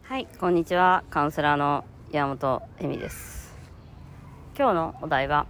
はい、こんにちは。カウンセラーの山本恵美です。今日のお題は、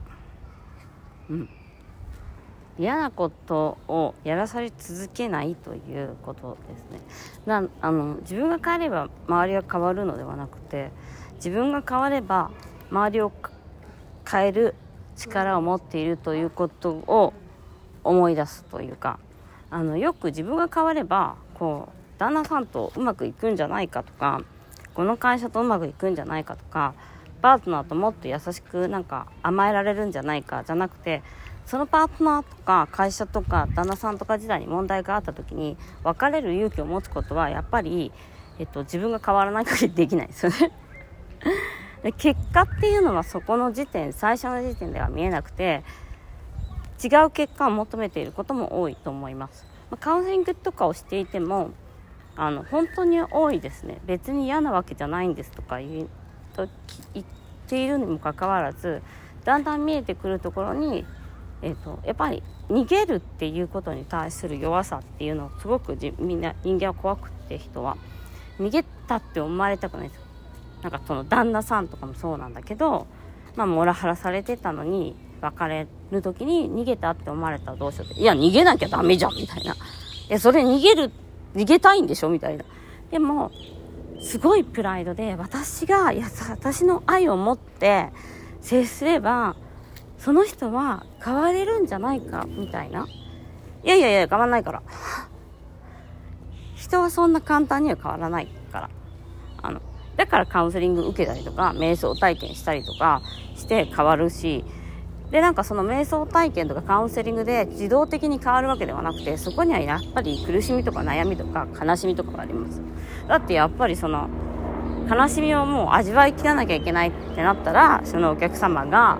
嫌なことをやらされ続けないということですね。自分が変われば周りが変わるのではなくて、自分が変われば周りを変える力を持っているということを思い出すというか、よく自分が変われば旦那さんとうまくいくんじゃないかとか、この会社とうまくいくんじゃないかとか、パートナーともっと優しく甘えられるんじゃないかじゃなくて、そのパートナーとか会社とか旦那さんとか時代に問題があった時に別れる勇気を持つことはやっぱり、自分が変わらない限りできないですよねで、結果っていうのはそこの最初の時点では見えなくて、違う結果を求めていることも多いと思います。カウンセリングとかをしていても本当に多いですね。別に嫌なわけじゃないんですとか言っているにもかかわらず、だんだん見えてくるところに、やっぱり逃げるっていうことに対する弱さっていうのをすごくみんな人間は怖くって、人は逃げたって思われたくないです。その旦那さんとかもそうなんだけど、モラハラされてたのに別れる時に逃げたって思われたらどうしようって、いや逃げなきゃダメじゃんみたいな、それ逃げたいんでしょみたいな。でもすごいプライドで、私の愛を持って接すればその人は変われるんじゃないかみたいな。いや変わらないから、人はそんな簡単には変わらないから、だからカウンセリング受けたりとか瞑想体験したりとかして変わるし、でその瞑想体験とかカウンセリングで自動的に変わるわけではなくて、そこにはやっぱり苦しみとか悩みとか悲しみとかがあります。だってやっぱりその悲しみをもう味わい切らなきゃいけないってなったら、そのお客様が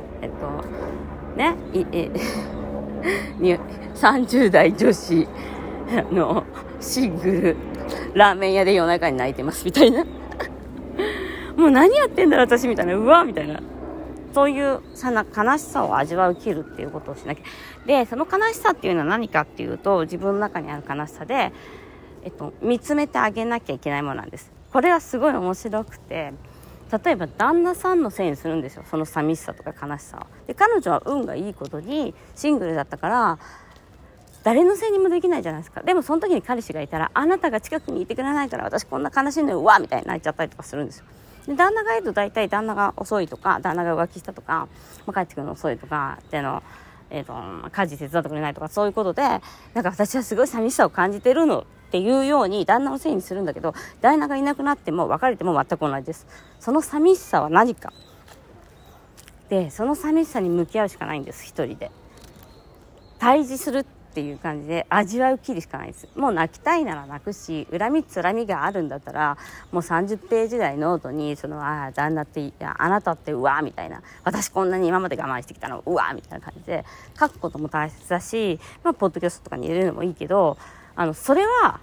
30代女子のシングルラーメン屋で夜中に泣いてますみたいなもう何やってんだろう私みたいな、うわみたいな、そういう悲しさを味わう切るっていうことをしなきゃ。でその悲しさっていうのは何かっていうと、自分の中にある悲しさで、見つめてあげなきゃいけないものなんです。これはすごい面白くて、例えば旦那さんのせいにするんですよ、その寂しさとか悲しさを。で彼女は運がいいことにシングルだったから誰のせいにもできないじゃないですか。でもその時に彼氏がいたら、あなたが近くにいてくれないから私こんな悲しいのよ、うわみたいに泣いちゃったりとかするんですよ。で旦那がいると大体旦那が遅いとか、旦那が浮気したとか、帰ってくるの遅いとか家事手伝ってくれないとか、そういうことで私はすごい寂しさを感じてるのっていうように旦那のせいにするんだけど、旦那がいなくなっても別れても全く同じです。その寂しさは何かで、その寂しさに向き合うしかないんです。一人で対峙するっていう感じで味わうきるしかないです。もう泣きたいなら泣くし、恨みつらみがあるんだったらもう30ページ台ノートに旦那ってあなたってうわみたいな、私こんなに今まで我慢してきたのうわみたいな感じで書くことも大切だし、ポッドキャストとかに入れるのもいいけど、それは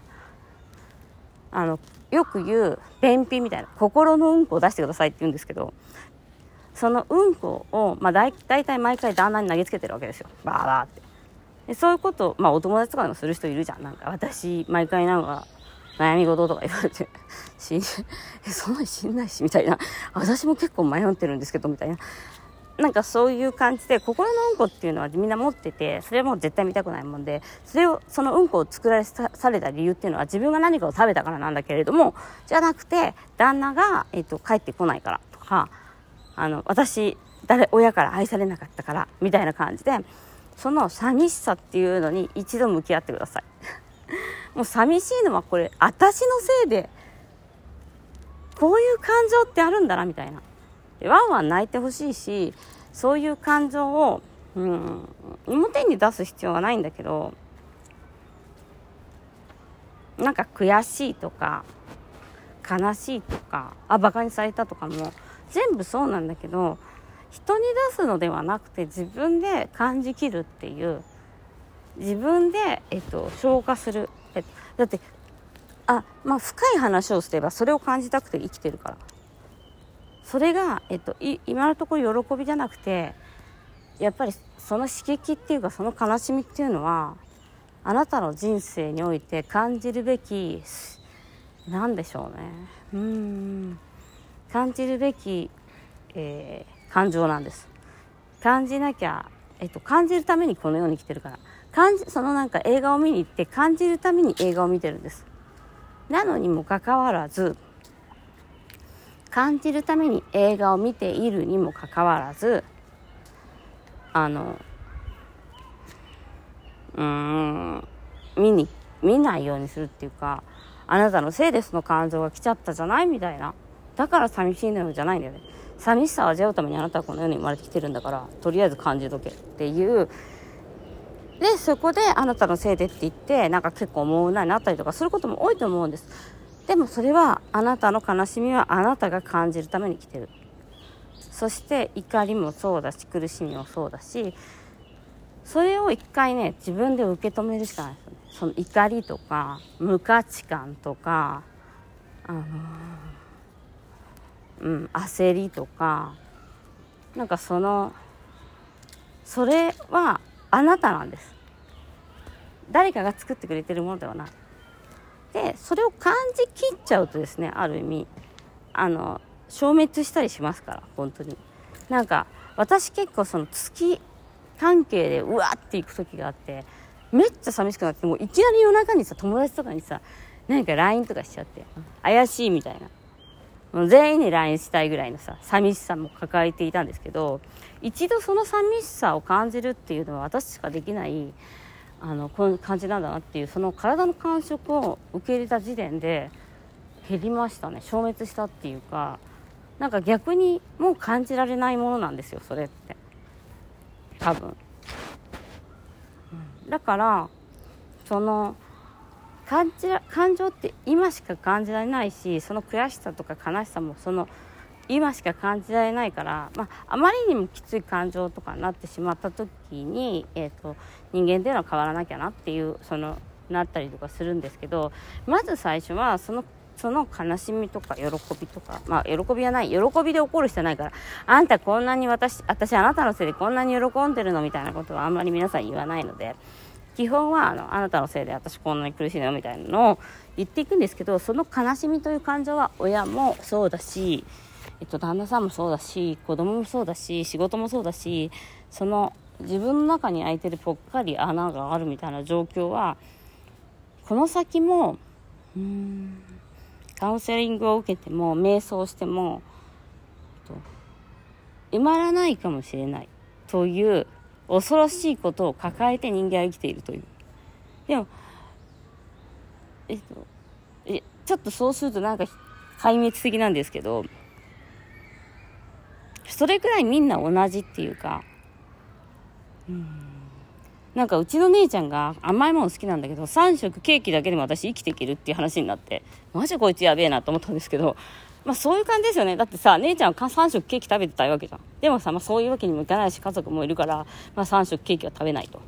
よく言う便秘みたいな、心のうんこを出してくださいって言うんですけど、そのうんこを、だいたい毎回旦那に投げつけてるわけですよ、バーバーって。でそういうことを、お友達とかでもする人いるじゃん。私毎回悩み事とか言われてそんなに知んないしみたいな、私も結構迷ってるんですけどみたいな、そういう感じで、心のうんこっていうのはみんな持ってて、それはもう絶対見たくないもんで、そのうんこを作らされた理由っていうのは自分が何かを食べたからなんだけれども、じゃなくて旦那が、帰ってこないからとか、親から愛されなかったからみたいな感じで、その寂しさっていうのに一度向き合ってくださいもう寂しいのはこれ私のせいでこういう感情ってあるんだなみたいな。ワンワン泣いてほしいし、そういう感情を、表に出す必要はないんだけど、悔しいとか悲しいとかバカにされたとかも全部そうなんだけど、人に出すのではなくて自分で感じきるっていう、自分で、消化する。だって深い話をすればそれを感じたくて生きてるから、それが、今のところ喜びじゃなくて、やっぱりその刺激っていうか、その悲しみっていうのはあなたの人生において感じるべき、 なんでしょうね。感じるべき、感情なんです。感じなきゃ、感じるためにこの世に来てるから。そのなんか映画を見に行って感じるために映画を見てるんです。なのにもかかわらず、感じるために映画を見ているにもかかわらず、見ないようにするっていうか、あなたのせいでその感情が来ちゃったじゃないみたいな。だから寂しいのよじゃないんだよね。寂しさを味わうためにあなたはこの世に生まれてきてるんだから、とりあえず感じとけっていう。で、そこであなたのせいでって言って、なんか結構思うなになったりとかすることも多いと思うんです。でもそれはあなたの悲しみはあなたが感じるために来てる。そして怒りもそうだし、苦しみもそうだし、それを一回ね、自分で受け止めるしかないですよね。その怒りとか無価値観とか焦りとか、なんかそれはあなたなんです。誰かが作ってくれてるものではない。で、それを感じきっちゃうとですね、ある意味消滅したりしますから、本当に。なんか私結構その月関係でうわっていく時があって、めっちゃ寂しくなって、もういきなり夜中にさ、友達とかにさ、なんか LINE とかしちゃって、怪しいみたいな、もう全員に LINE したいぐらいのさ、寂しさも抱えていたんですけど、一度その寂しさを感じるっていうのは私しかできないこういう感じなんだなっていう、その体の感触を受け入れた時点で減りましたね。消滅したっていうか、なんか逆にもう感じられないものなんですよ、それって多分。だからその感情って今しか感じられないし、その悔しさとか悲しさもその今しか感じられないから、あまりにもきつい感情とかになってしまった時に、人間っていうのは変わらなきゃなっていう、なったりとかするんですけど、まず最初はその悲しみとか喜びとか、喜びはない、喜びで怒る人はないから、あんたこんなに私あなたのせいでこんなに喜んでるのみたいなことはあんまり皆さん言わないので、基本はあなたのせいで私こんなに苦しいのよみたいなのを言っていくんですけど、その悲しみという感情は親もそうだし、旦那さんもそうだし、子供もそうだし、仕事もそうだし、その自分の中に開いてるぽっかり穴があるみたいな状況はこの先もカウンセリングを受けても瞑想しても埋まらないかもしれないという恐ろしいことを抱えて人間は生きているという。でもちょっとそうするとなんか壊滅的なんですけど、それくらいみんな同じっていうか、なんかうちの姉ちゃんが甘いもの好きなんだけど、3食ケーキだけでも私生きていけるっていう話になって、マジこいつやべえなと思ったんですけど、そういう感じですよね。だってさ、姉ちゃんは3食ケーキ食べてたいわけじゃん。でもさ、そういうわけにもいかないし、家族もいるから、3食ケーキは食べないと。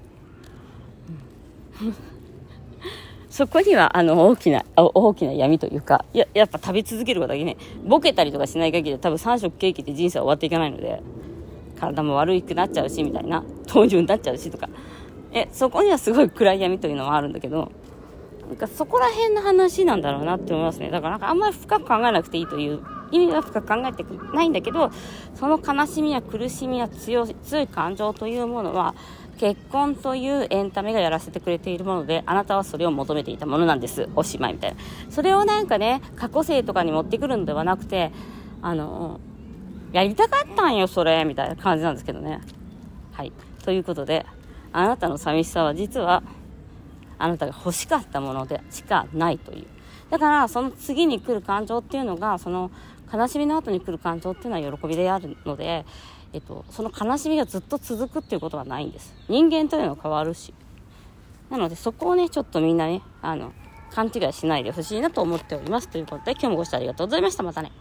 そこには大きな闇というか、やっぱ食べ続けることだけね、ボケたりとかしない限り多分3食ケーキって人生は終わっていかないので、体も悪くなっちゃうしみたいな、糖尿になっちゃうしとか、そこにはすごい暗い闇というのはあるんだけど、なんかそこら辺の話なんだろうなって思いますね。だからなんかあんまり深く考えなくていいという意味は深く考えてないんだけど、その悲しみや苦しみや強い感情というものは結婚というエンタメがやらせてくれているもので、あなたはそれを求めていたものなんです。おしまいみたいな。それをなんかね、過去性とかに持ってくるのではなくて、やりたかったんよそれみたいな感じなんですけどね。はい。ということで、あなたの寂しさは実はあなたが欲しかったものでしかないという。だからその次に来る感情っていうのが、その悲しみの後に来る感情っていうのは喜びであるので、その悲しみがずっと続くっていうことはないんです。人間というのは変わるし。なのでそこをね、ちょっとみんなね、勘違いしないでほしいなと思っております。ということで、今日もご視聴ありがとうございました。またね。